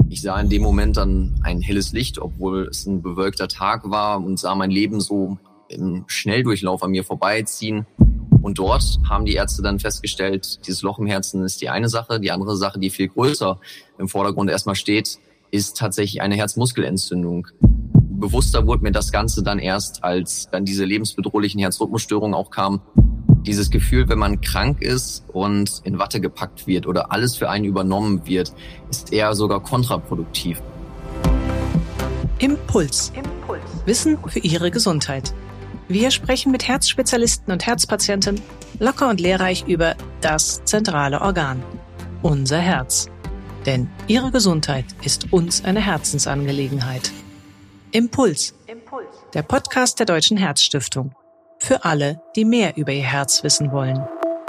Ich sah in dem Moment dann ein helles Licht, obwohl es ein bewölkter Tag war, und sah mein Leben so im Schnelldurchlauf an mir vorbeiziehen. Und dort haben die Ärzte dann festgestellt, dieses Loch im Herzen ist die eine Sache. Die andere Sache, die viel größer im Vordergrund erstmal steht, ist tatsächlich eine Herzmuskelentzündung. Bewusster wurde mir das Ganze dann erst, als dann diese lebensbedrohlichen Herzrhythmusstörungen auch kamen. Dieses Gefühl, wenn man krank ist und in Watte gepackt wird oder alles für einen übernommen wird, ist eher sogar kontraproduktiv. Impuls. Wissen für Ihre Gesundheit. Wir sprechen mit Herzspezialisten und Herzpatienten locker und lehrreich über das zentrale Organ, unser Herz. Denn Ihre Gesundheit ist uns eine Herzensangelegenheit. Impuls, der Podcast der Deutschen Herzstiftung. Für alle, die mehr über ihr Herz wissen wollen.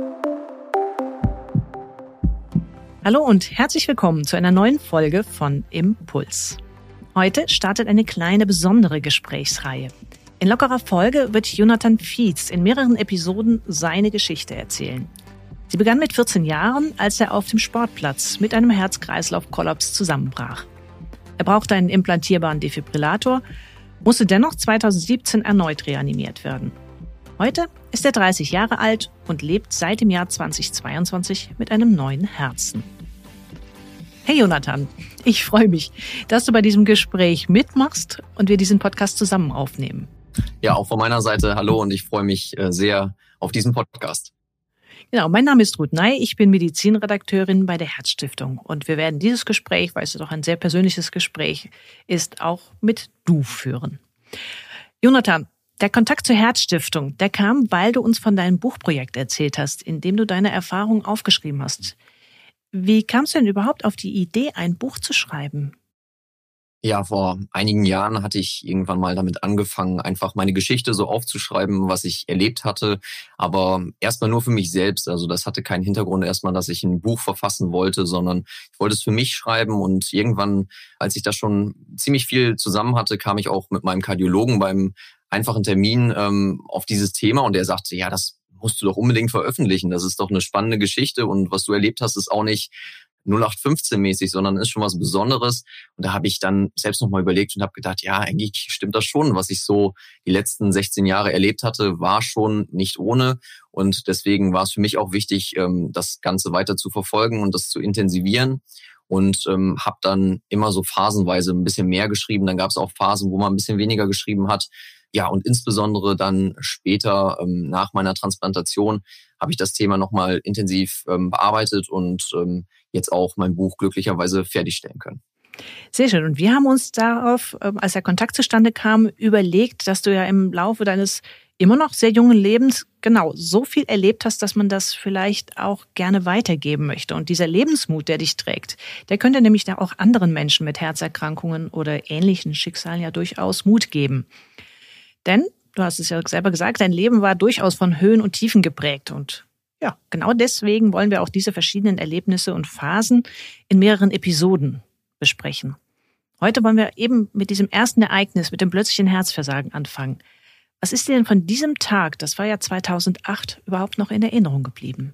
Hallo und herzlich willkommen zu einer neuen Folge von Impuls. Heute startet eine kleine besondere Gesprächsreihe. In lockerer Folge wird Jonathan Fietz in mehreren Episoden seine Geschichte erzählen. Sie begann mit 14 Jahren, als er auf dem Sportplatz mit einem Herz-Kreislauf-Kollaps zusammenbrach. Er brauchte einen implantierbaren Defibrillator, musste dennoch 2017 erneut reanimiert werden. Heute ist er 30 Jahre alt und lebt seit dem Jahr 2022 mit einem neuen Herzen. Hey Jonathan, ich freue mich, dass du bei diesem Gespräch mitmachst und wir diesen Podcast zusammen aufnehmen. Ja, auch von meiner Seite hallo, und ich freue mich sehr auf diesen Podcast. Genau, mein Name ist Ruth Ney, ich bin Medizinredakteurin bei der Herzstiftung und wir werden dieses Gespräch, weil es doch ein sehr persönliches Gespräch ist, auch mit Du führen. Jonathan, der Kontakt zur Herzstiftung, der kam, weil du uns von deinem Buchprojekt erzählt hast, in dem du deine Erfahrungen aufgeschrieben hast. Wie kamst du denn überhaupt auf die Idee, ein Buch zu schreiben? Ja, vor einigen Jahren hatte ich irgendwann mal damit angefangen, einfach meine Geschichte so aufzuschreiben, was ich erlebt hatte, aber erstmal nur für mich selbst. Also das hatte keinen Hintergrund erstmal, dass ich ein Buch verfassen wollte, sondern ich wollte es für mich schreiben, und irgendwann, als ich da schon ziemlich viel zusammen hatte, kam ich auch mit meinem Kardiologen beim einfachen Termin auf dieses Thema, und er sagte, ja, das musst du doch unbedingt veröffentlichen. Das ist doch eine spannende Geschichte, und was du erlebt hast, ist auch nicht 0815-mäßig, sondern ist schon was Besonderes. Und da habe ich dann selbst nochmal überlegt und habe gedacht, ja, eigentlich stimmt das schon. Was ich so die letzten 16 Jahre erlebt hatte, war schon nicht ohne. Und deswegen war es für mich auch wichtig, das Ganze weiter zu verfolgen und das zu intensivieren. Und habe dann immer so phasenweise ein bisschen mehr geschrieben. Dann gab es auch Phasen, wo man ein bisschen weniger geschrieben hat. Ja, und insbesondere dann später nach meiner Transplantation habe ich das Thema nochmal intensiv bearbeitet und jetzt auch mein Buch glücklicherweise fertigstellen können. Sehr schön. Und wir haben uns darauf, als der Kontakt zustande kam, überlegt, dass du ja im Laufe deines immer noch sehr jungen Lebens genau so viel erlebt hast, dass man das vielleicht auch gerne weitergeben möchte. Und dieser Lebensmut, der dich trägt, der könnte nämlich da auch anderen Menschen mit Herzerkrankungen oder ähnlichen Schicksalen ja durchaus Mut geben. Denn, du hast es ja selber gesagt, dein Leben war durchaus von Höhen und Tiefen geprägt. Und ja, genau deswegen wollen wir auch diese verschiedenen Erlebnisse und Phasen in mehreren Episoden besprechen. Heute wollen wir eben mit diesem ersten Ereignis, mit dem plötzlichen Herzversagen anfangen. Was ist dir denn von diesem Tag, das war ja 2008, überhaupt noch in Erinnerung geblieben?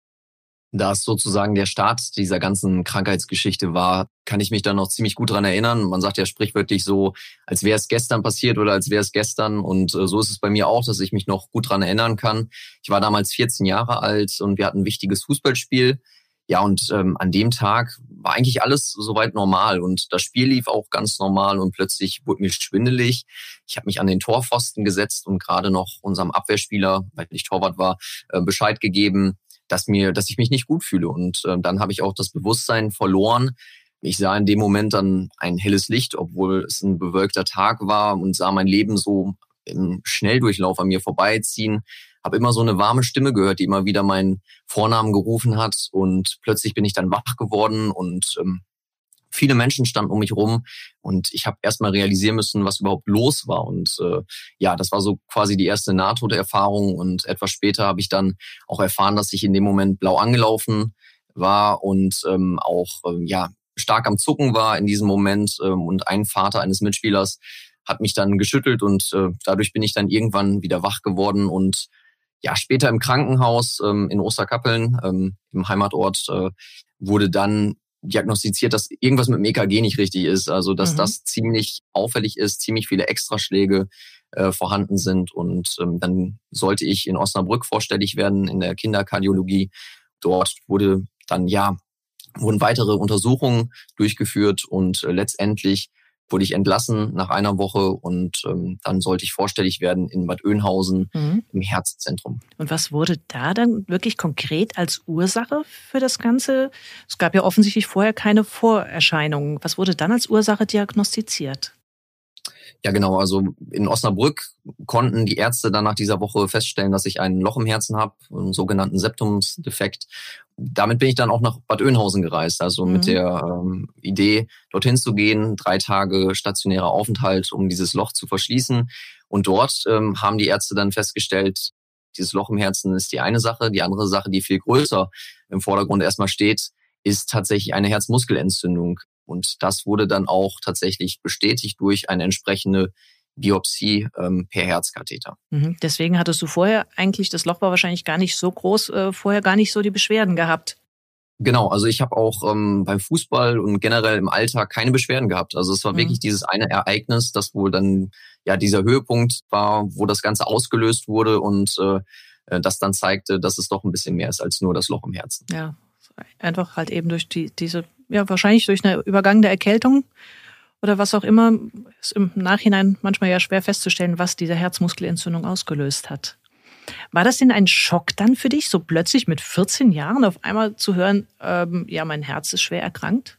Da es sozusagen der Start dieser ganzen Krankheitsgeschichte war, kann ich mich da noch ziemlich gut dran erinnern. Man sagt ja sprichwörtlich so, als wäre es gestern passiert oder als wäre es gestern. Und so ist es bei mir auch, dass ich mich noch gut dran erinnern kann. Ich war damals 14 Jahre alt und wir hatten ein wichtiges Fußballspiel. Ja, und an dem Tag war eigentlich alles soweit normal und das Spiel lief auch ganz normal, und plötzlich wurde mir schwindelig. Ich habe mich an den Torpfosten gesetzt und gerade noch unserem Abwehrspieler, weil ich Torwart war, Bescheid gegeben, dass ich mich nicht gut fühle. Und dann habe ich auch das Bewusstsein verloren. Ich sah in dem Moment dann ein helles Licht, obwohl es ein bewölkter Tag war, und sah mein Leben so im Schnelldurchlauf an mir vorbeiziehen. Habe immer so eine warme Stimme gehört, die immer wieder meinen Vornamen gerufen hat, und plötzlich bin ich dann wach geworden und viele Menschen standen um mich rum, und ich habe erstmal realisieren müssen, was überhaupt los war. Und ja, das war so quasi die erste Nahtoderfahrung, und etwas später habe ich dann auch erfahren, dass ich in dem Moment blau angelaufen war und auch stark am Zucken war in diesem Moment, und ein Vater eines Mitspielers hat mich dann geschüttelt, und dadurch bin ich dann irgendwann wieder wach geworden. Und ja, später im Krankenhaus in Osterkappeln, im Heimatort, wurde dann diagnostiziert, dass irgendwas mit dem EKG nicht richtig ist. Also dass das ziemlich auffällig ist, ziemlich viele Extraschläge vorhanden sind. Und dann sollte ich in Osnabrück vorstellig werden in der Kinderkardiologie. Dort wurden weitere Untersuchungen durchgeführt und letztendlich wurde ich entlassen nach einer Woche und dann sollte ich vorstellig werden in Bad Oeynhausen im Herzzentrum. Und was wurde da dann wirklich konkret als Ursache für das Ganze? Es gab ja offensichtlich vorher keine Vorerscheinungen. Was wurde dann als Ursache diagnostiziert? Ja, genau. Also in Osnabrück konnten die Ärzte dann nach dieser Woche feststellen, dass ich ein Loch im Herzen habe, einen sogenannten Septumsdefekt. Damit bin ich dann auch nach Bad Oeynhausen gereist, also mit der Idee, dorthin zu gehen, 3 Tage stationärer Aufenthalt, um dieses Loch zu verschließen. Und dort haben die Ärzte dann festgestellt, dieses Loch im Herzen ist die eine Sache. Die andere Sache, die viel größer im Vordergrund erstmal steht, ist tatsächlich eine Herzmuskelentzündung. Und das wurde dann auch tatsächlich bestätigt durch eine entsprechende Biopsie per Herzkatheter. Deswegen hattest du vorher eigentlich, das Loch war wahrscheinlich gar nicht so groß, vorher gar nicht so die Beschwerden gehabt. Genau, also ich habe auch beim Fußball und generell im Alltag keine Beschwerden gehabt. Also es war wirklich dieses eine Ereignis, das wohl dann dieser Höhepunkt war, wo das Ganze ausgelöst wurde und das dann zeigte, dass es doch ein bisschen mehr ist als nur das Loch im Herzen. Ja, einfach halt eben durch wahrscheinlich durch eine übergangene Erkältung oder was auch immer, ist im Nachhinein manchmal ja schwer festzustellen, was diese Herzmuskelentzündung ausgelöst hat. War das denn ein Schock dann für dich, so plötzlich mit 14 Jahren auf einmal zu hören, mein Herz ist schwer erkrankt?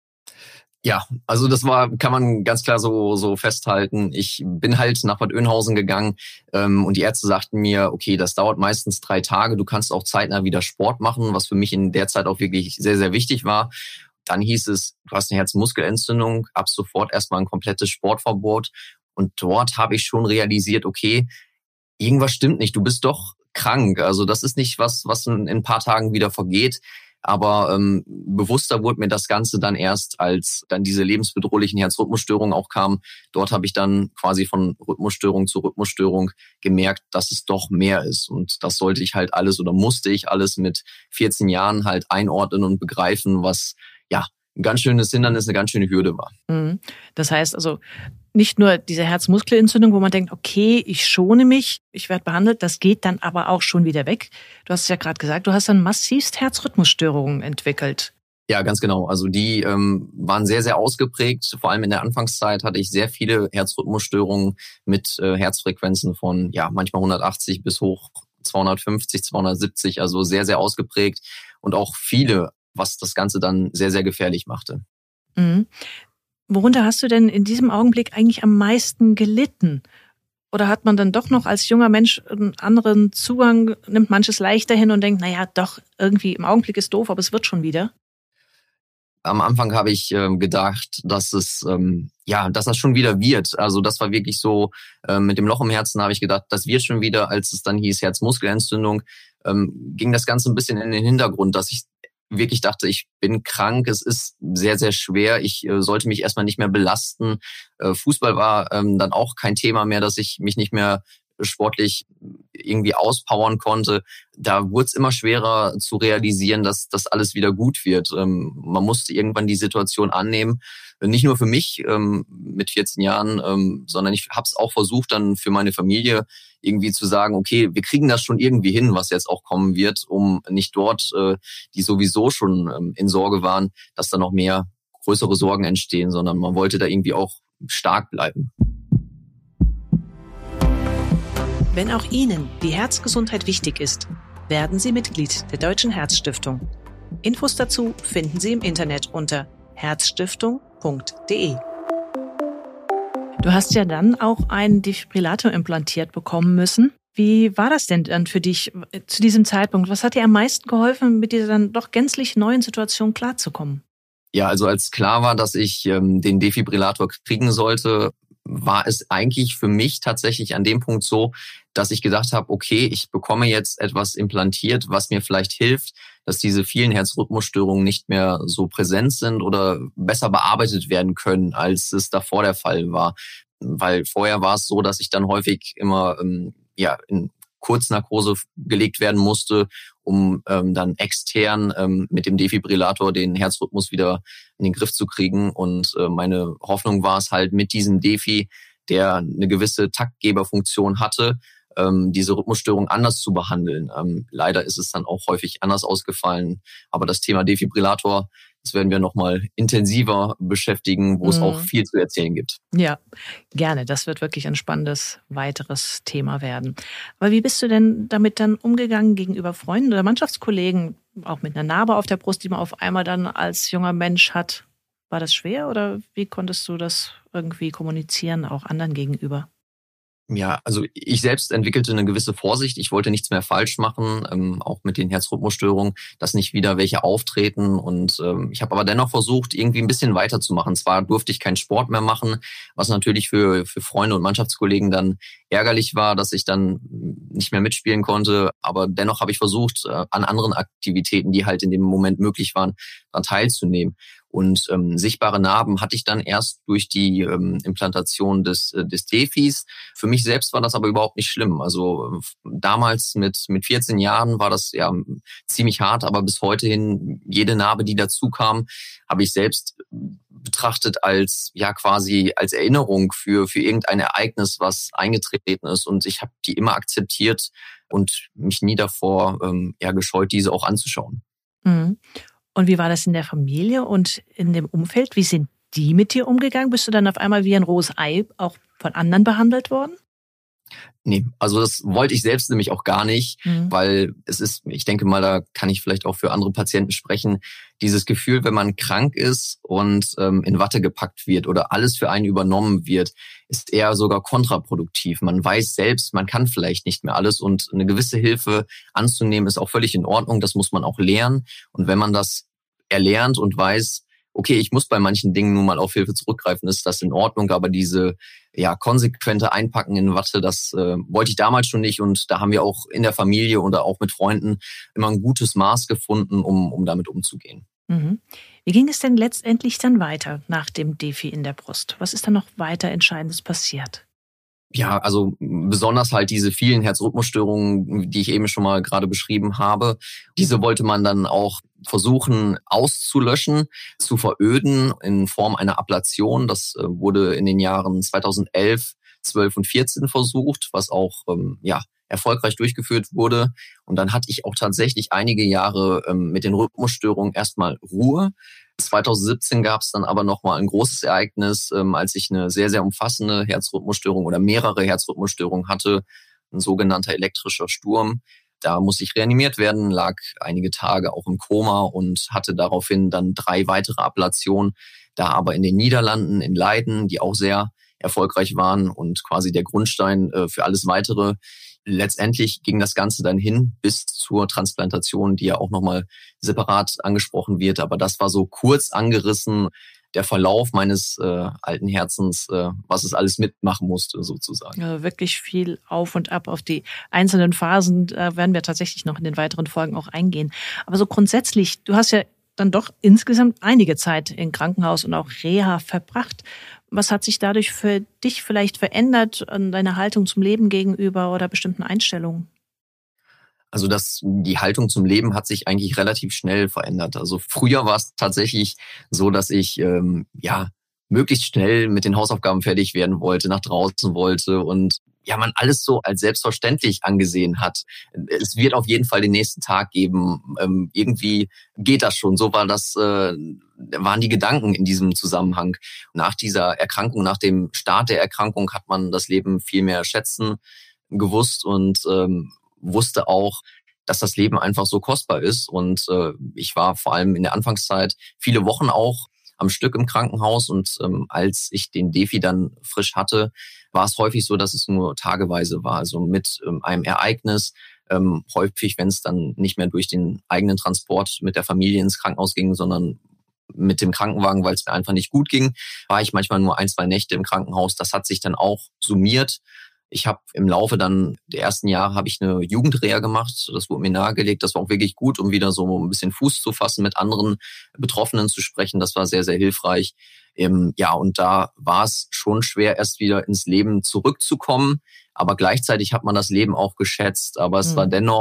Ja, also kann man ganz klar so festhalten. Ich bin halt nach Bad Oeynhausen gegangen und die Ärzte sagten mir, okay, das dauert meistens 3 Tage, du kannst auch zeitnah wieder Sport machen, was für mich in der Zeit auch wirklich sehr, sehr wichtig war. Dann hieß es, du hast eine Herzmuskelentzündung, ab sofort erstmal ein komplettes Sportverbot. Und dort habe ich schon realisiert, okay, irgendwas stimmt nicht, du bist doch krank. Also das ist nicht was in ein paar Tagen wieder vergeht. Aber bewusster wurde mir das Ganze dann erst, als dann diese lebensbedrohlichen Herzrhythmusstörungen auch kamen. Dort habe ich dann quasi von Rhythmusstörung zu Rhythmusstörung gemerkt, dass es doch mehr ist. Und das sollte ich halt alles oder musste ich alles mit 14 Jahren halt einordnen und begreifen, was ein ganz schönes Hindernis, eine ganz schöne Hürde war. Das heißt also, nicht nur diese Herzmuskelentzündung, wo man denkt, okay, ich schone mich, ich werde behandelt, das geht dann aber auch schon wieder weg. Du hast es ja gerade gesagt, du hast dann massivst Herzrhythmusstörungen entwickelt. Ja, ganz genau. Also die waren sehr, sehr ausgeprägt. Vor allem in der Anfangszeit hatte ich sehr viele Herzrhythmusstörungen mit Herzfrequenzen von manchmal 180 bis hoch 250, 270, also sehr, sehr ausgeprägt und auch viele, was das Ganze dann sehr, sehr gefährlich machte. Worunter hast du denn in diesem Augenblick eigentlich am meisten gelitten? Oder hat man dann doch noch als junger Mensch einen anderen Zugang, nimmt manches leichter hin und denkt, doch, irgendwie im Augenblick ist doof, aber es wird schon wieder? Am Anfang habe ich gedacht, dass es dass das schon wieder wird. Also das war wirklich so, mit dem Loch im Herzen habe ich gedacht, das wird schon wieder. Als es dann hieß Herzmuskelentzündung, ging das Ganze ein bisschen in den Hintergrund, dass ich wirklich dachte, ich bin krank, es ist sehr, sehr schwer, ich sollte mich erstmal nicht mehr belasten. Fußball war dann auch kein Thema mehr, dass ich mich nicht mehr sportlich irgendwie auspowern konnte. Da wurde es immer schwerer zu realisieren, dass das alles wieder gut wird. Man musste irgendwann die Situation annehmen. Nicht nur für mich mit 14 Jahren, sondern ich habe es auch versucht, dann für meine Familie irgendwie zu sagen, okay, wir kriegen das schon irgendwie hin, was jetzt auch kommen wird, um nicht dort, die sowieso schon in Sorge waren, dass da noch mehr größere Sorgen entstehen, sondern man wollte da irgendwie auch stark bleiben. Wenn auch Ihnen die Herzgesundheit wichtig ist, werden Sie Mitglied der Deutschen Herzstiftung. Infos dazu finden Sie im Internet unter herzstiftung.de. Du hast ja dann auch einen Defibrillator implantiert bekommen müssen. Wie war das denn dann für dich zu diesem Zeitpunkt? Was hat dir am meisten geholfen, mit dieser dann doch gänzlich neuen Situation klarzukommen? Ja, also als klar war, dass ich den Defibrillator kriegen sollte, war es eigentlich für mich tatsächlich an dem Punkt so, dass ich gedacht habe, okay, ich bekomme jetzt etwas implantiert, was mir vielleicht hilft, dass diese vielen Herzrhythmusstörungen nicht mehr so präsent sind oder besser bearbeitet werden können, als es davor der Fall war. Weil vorher war es so, dass ich dann häufig immer in Kurznarkose gelegt werden musste um dann extern mit dem Defibrillator den Herzrhythmus wieder in den Griff zu kriegen. Und meine Hoffnung war es halt mit diesem Defi, der eine gewisse Taktgeberfunktion hatte, diese Rhythmusstörung anders zu behandeln. Leider ist es dann auch häufig anders ausgefallen. Aber das Thema Defibrillator, das werden wir nochmal intensiver beschäftigen, wo es auch viel zu erzählen gibt. Ja, gerne. Das wird wirklich ein spannendes weiteres Thema werden. Aber wie bist du denn damit dann umgegangen gegenüber Freunden oder Mannschaftskollegen, auch mit einer Narbe auf der Brust, die man auf einmal dann als junger Mensch hat? War das schwer oder wie konntest du das irgendwie kommunizieren, auch anderen gegenüber? Ja, also ich selbst entwickelte eine gewisse Vorsicht. Ich wollte nichts mehr falsch machen, auch mit den Herzrhythmusstörungen, dass nicht wieder welche auftreten. Und ich habe aber dennoch versucht, irgendwie ein bisschen weiterzumachen. Zwar durfte ich keinen Sport mehr machen, was natürlich für Freunde und Mannschaftskollegen dann ärgerlich war, dass ich dann nicht mehr mitspielen konnte. Aber dennoch habe ich versucht, an anderen Aktivitäten, die halt in dem Moment möglich waren, daran teilzunehmen. Und sichtbare Narben hatte ich dann erst durch die Implantation des Defis. Für mich selbst war das aber überhaupt nicht schlimm. Also damals mit 14 Jahren war das ja ziemlich hart, aber bis heute hin, jede Narbe, die dazu kam, habe ich selbst betrachtet als ja quasi als Erinnerung für irgendein Ereignis, was eingetreten ist. Und ich habe die immer akzeptiert und mich nie davor gescheut, diese auch anzuschauen. Mhm. Und wie war das in der Familie und in dem Umfeld? Wie sind die mit dir umgegangen? Bist du dann auf einmal wie ein rohes Ei auch von anderen behandelt worden? Nee, also das wollte ich selbst nämlich auch gar nicht, weil es ist, ich denke mal, da kann ich vielleicht auch für andere Patienten sprechen, dieses Gefühl, wenn man krank ist und in Watte gepackt wird oder alles für einen übernommen wird, ist eher sogar kontraproduktiv. Man weiß selbst, man kann vielleicht nicht mehr alles und eine gewisse Hilfe anzunehmen ist auch völlig in Ordnung, das muss man auch lernen. Und wenn man das erlernt und weiß, okay, ich muss bei manchen Dingen nun mal auf Hilfe zurückgreifen, ist das in Ordnung, aber diese konsequente Einpacken in Watte, das wollte ich damals schon nicht und da haben wir auch in der Familie oder auch mit Freunden immer ein gutes Maß gefunden, um damit umzugehen. Mhm. Wie ging es denn letztendlich dann weiter nach dem Defi in der Brust? Was ist dann noch weiter Entscheidendes passiert? Ja, also besonders halt diese vielen Herzrhythmusstörungen, die ich eben schon mal gerade beschrieben habe, diese wollte man dann auch versuchen auszulöschen, zu veröden in Form einer Ablation. Das wurde in den Jahren 2011, 12 und 14 versucht, was auch erfolgreich durchgeführt wurde. Und dann hatte ich auch tatsächlich einige Jahre mit den Rhythmusstörungen erstmal Ruhe. 2017 gab es dann aber nochmal ein großes Ereignis, als ich eine sehr, sehr umfassende Herzrhythmusstörung oder mehrere Herzrhythmusstörungen hatte, ein sogenannter elektrischer Sturm. Da musste ich reanimiert werden, lag einige Tage auch im Koma und hatte daraufhin dann 3 weitere Ablationen, da aber in den Niederlanden, in Leiden, die auch sehr erfolgreich waren und quasi der Grundstein für alles Weitere. Letztendlich ging das Ganze dann hin bis zur Transplantation, die ja auch nochmal separat angesprochen wird. Aber das war so kurz angerissen der Verlauf meines alten Herzens, was es alles mitmachen musste sozusagen. Ja, wirklich viel auf und ab auf die einzelnen Phasen. Da werden wir tatsächlich noch in den weiteren Folgen auch eingehen. Aber so grundsätzlich, du hast ja dann doch insgesamt einige Zeit im Krankenhaus und auch Reha verbracht. Was hat sich dadurch für dich vielleicht verändert an deiner Haltung zum Leben gegenüber oder bestimmten Einstellungen? Also die Haltung zum Leben hat sich eigentlich relativ schnell verändert. Also früher war es tatsächlich so, dass ich möglichst schnell mit den Hausaufgaben fertig werden wollte, nach draußen wollte und man alles so als selbstverständlich angesehen hat. Es wird auf jeden Fall den nächsten Tag geben. Irgendwie geht das schon. So waren die Gedanken in diesem Zusammenhang. Nach dieser Erkrankung, nach dem Start der Erkrankung hat man das Leben viel mehr schätzen gewusst und wusste auch, dass das Leben einfach so kostbar ist. Und ich war vor allem in der Anfangszeit viele Wochen auch am Stück im Krankenhaus. Und als ich den Defi dann frisch hatte, war es häufig so, dass es nur tageweise war. Also mit einem Ereignis, häufig, wenn es dann nicht mehr durch den eigenen Transport mit der Familie ins Krankenhaus ging, sondern mit dem Krankenwagen, weil es mir einfach nicht gut ging, war ich manchmal nur 1, 2 Nächte im Krankenhaus. Das hat sich dann auch summiert. Ich habe im Laufe dann der ersten Jahre habe ich eine Jugendreha gemacht. Das wurde mir nahegelegt. Das war auch wirklich gut, um wieder so ein bisschen Fuß zu fassen, mit anderen Betroffenen zu sprechen. Das war sehr, sehr hilfreich. Und da war es schon schwer, erst wieder ins Leben zurückzukommen. Aber gleichzeitig hat man das Leben auch geschätzt. Aber es war dennoch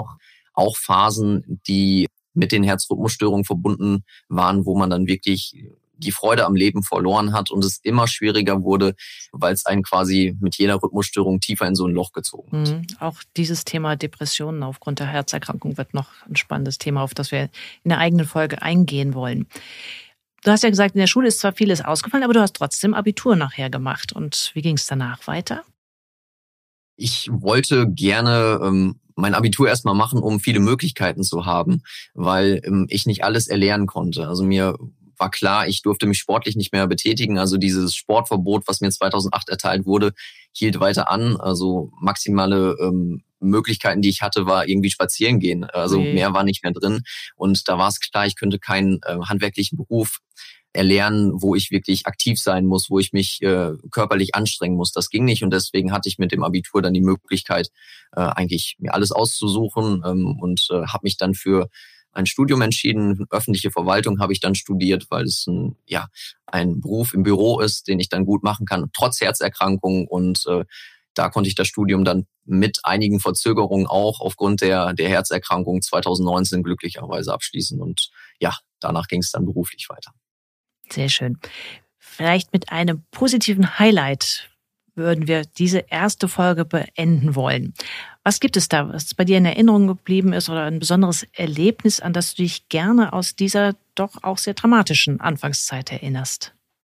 auch Phasen, die mit den Herzrhythmusstörungen verbunden waren, wo man dann wirklich die Freude am Leben verloren hat und es immer schwieriger wurde, weil es einen quasi mit jeder Rhythmusstörung tiefer in so ein Loch gezogen hat. Auch dieses Thema Depressionen aufgrund der Herzerkrankung wird noch ein spannendes Thema, auf das wir in der eigenen Folge eingehen wollen. Du hast ja gesagt, in der Schule ist zwar vieles ausgefallen, aber du hast trotzdem Abitur nachher gemacht. Und wie ging es danach weiter? Ich wollte gerne mein Abitur erstmal machen, um viele Möglichkeiten zu haben, weil ich nicht alles erlernen konnte. Also mir war klar, ich durfte mich sportlich nicht mehr betätigen. Also dieses Sportverbot, was mir 2008 erteilt wurde, hielt weiter an. Also maximale Möglichkeiten, die ich hatte, war irgendwie spazieren gehen. Also mehr war nicht mehr drin. Und da war es klar, ich könnte keinen handwerklichen Beruf erlernen, wo ich wirklich aktiv sein muss, wo ich mich körperlich anstrengen muss. Das ging nicht und deswegen hatte ich mit dem Abitur dann die Möglichkeit, eigentlich mir alles auszusuchen und habe mich dann für ein Studium entschieden. Öffentliche Verwaltung habe ich dann studiert, weil es ein Beruf im Büro ist, den ich dann gut machen kann, trotz Herzerkrankung. Und da konnte ich das Studium dann mit einigen Verzögerungen auch aufgrund der Herzerkrankung 2019 glücklicherweise abschließen. Und ja, danach ging es dann beruflich weiter. Sehr schön. Vielleicht mit einem positiven Highlight würden wir diese erste Folge beenden wollen. Was gibt es da, was bei dir in Erinnerung geblieben ist oder ein besonderes Erlebnis, an das du dich gerne aus dieser doch auch sehr dramatischen Anfangszeit erinnerst?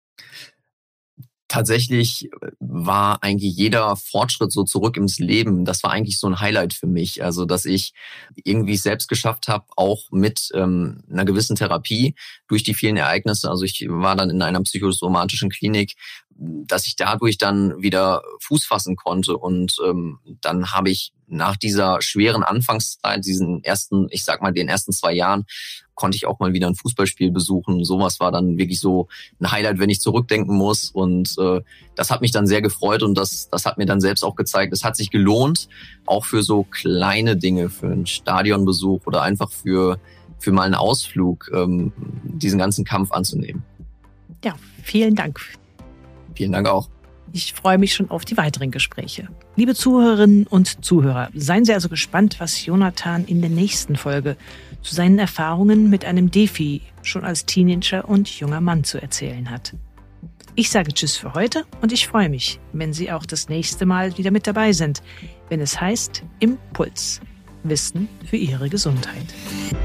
Tatsächlich war eigentlich jeder Fortschritt so zurück ins Leben. Das war eigentlich so ein Highlight für mich. Also, dass ich irgendwie selbst geschafft habe, auch mit einer gewissen Therapie durch die vielen Ereignisse. Also ich war dann in einer psychosomatischen Klinik, dass ich dadurch dann wieder Fuß fassen konnte. Und dann habe ich nach dieser schweren Anfangszeit, den ersten 2 Jahren, konnte ich auch mal wieder ein Fußballspiel besuchen. Sowas war dann wirklich so ein Highlight, wenn ich zurückdenken muss. Und das hat mich dann sehr gefreut und das hat mir dann selbst auch gezeigt, es hat sich gelohnt, auch für so kleine Dinge, für einen Stadionbesuch oder einfach für mal einen Ausflug, diesen ganzen Kampf anzunehmen. Ja, vielen Dank. Vielen Dank auch. Ich freue mich schon auf die weiteren Gespräche. Liebe Zuhörerinnen und Zuhörer, seien Sie also gespannt, was Jonathan in der nächsten Folge zu seinen Erfahrungen mit einem Defi schon als Teenager und junger Mann zu erzählen hat. Ich sage Tschüss für heute und ich freue mich, wenn Sie auch das nächste Mal wieder mit dabei sind, wenn es heißt Impuls. Wissen für Ihre Gesundheit.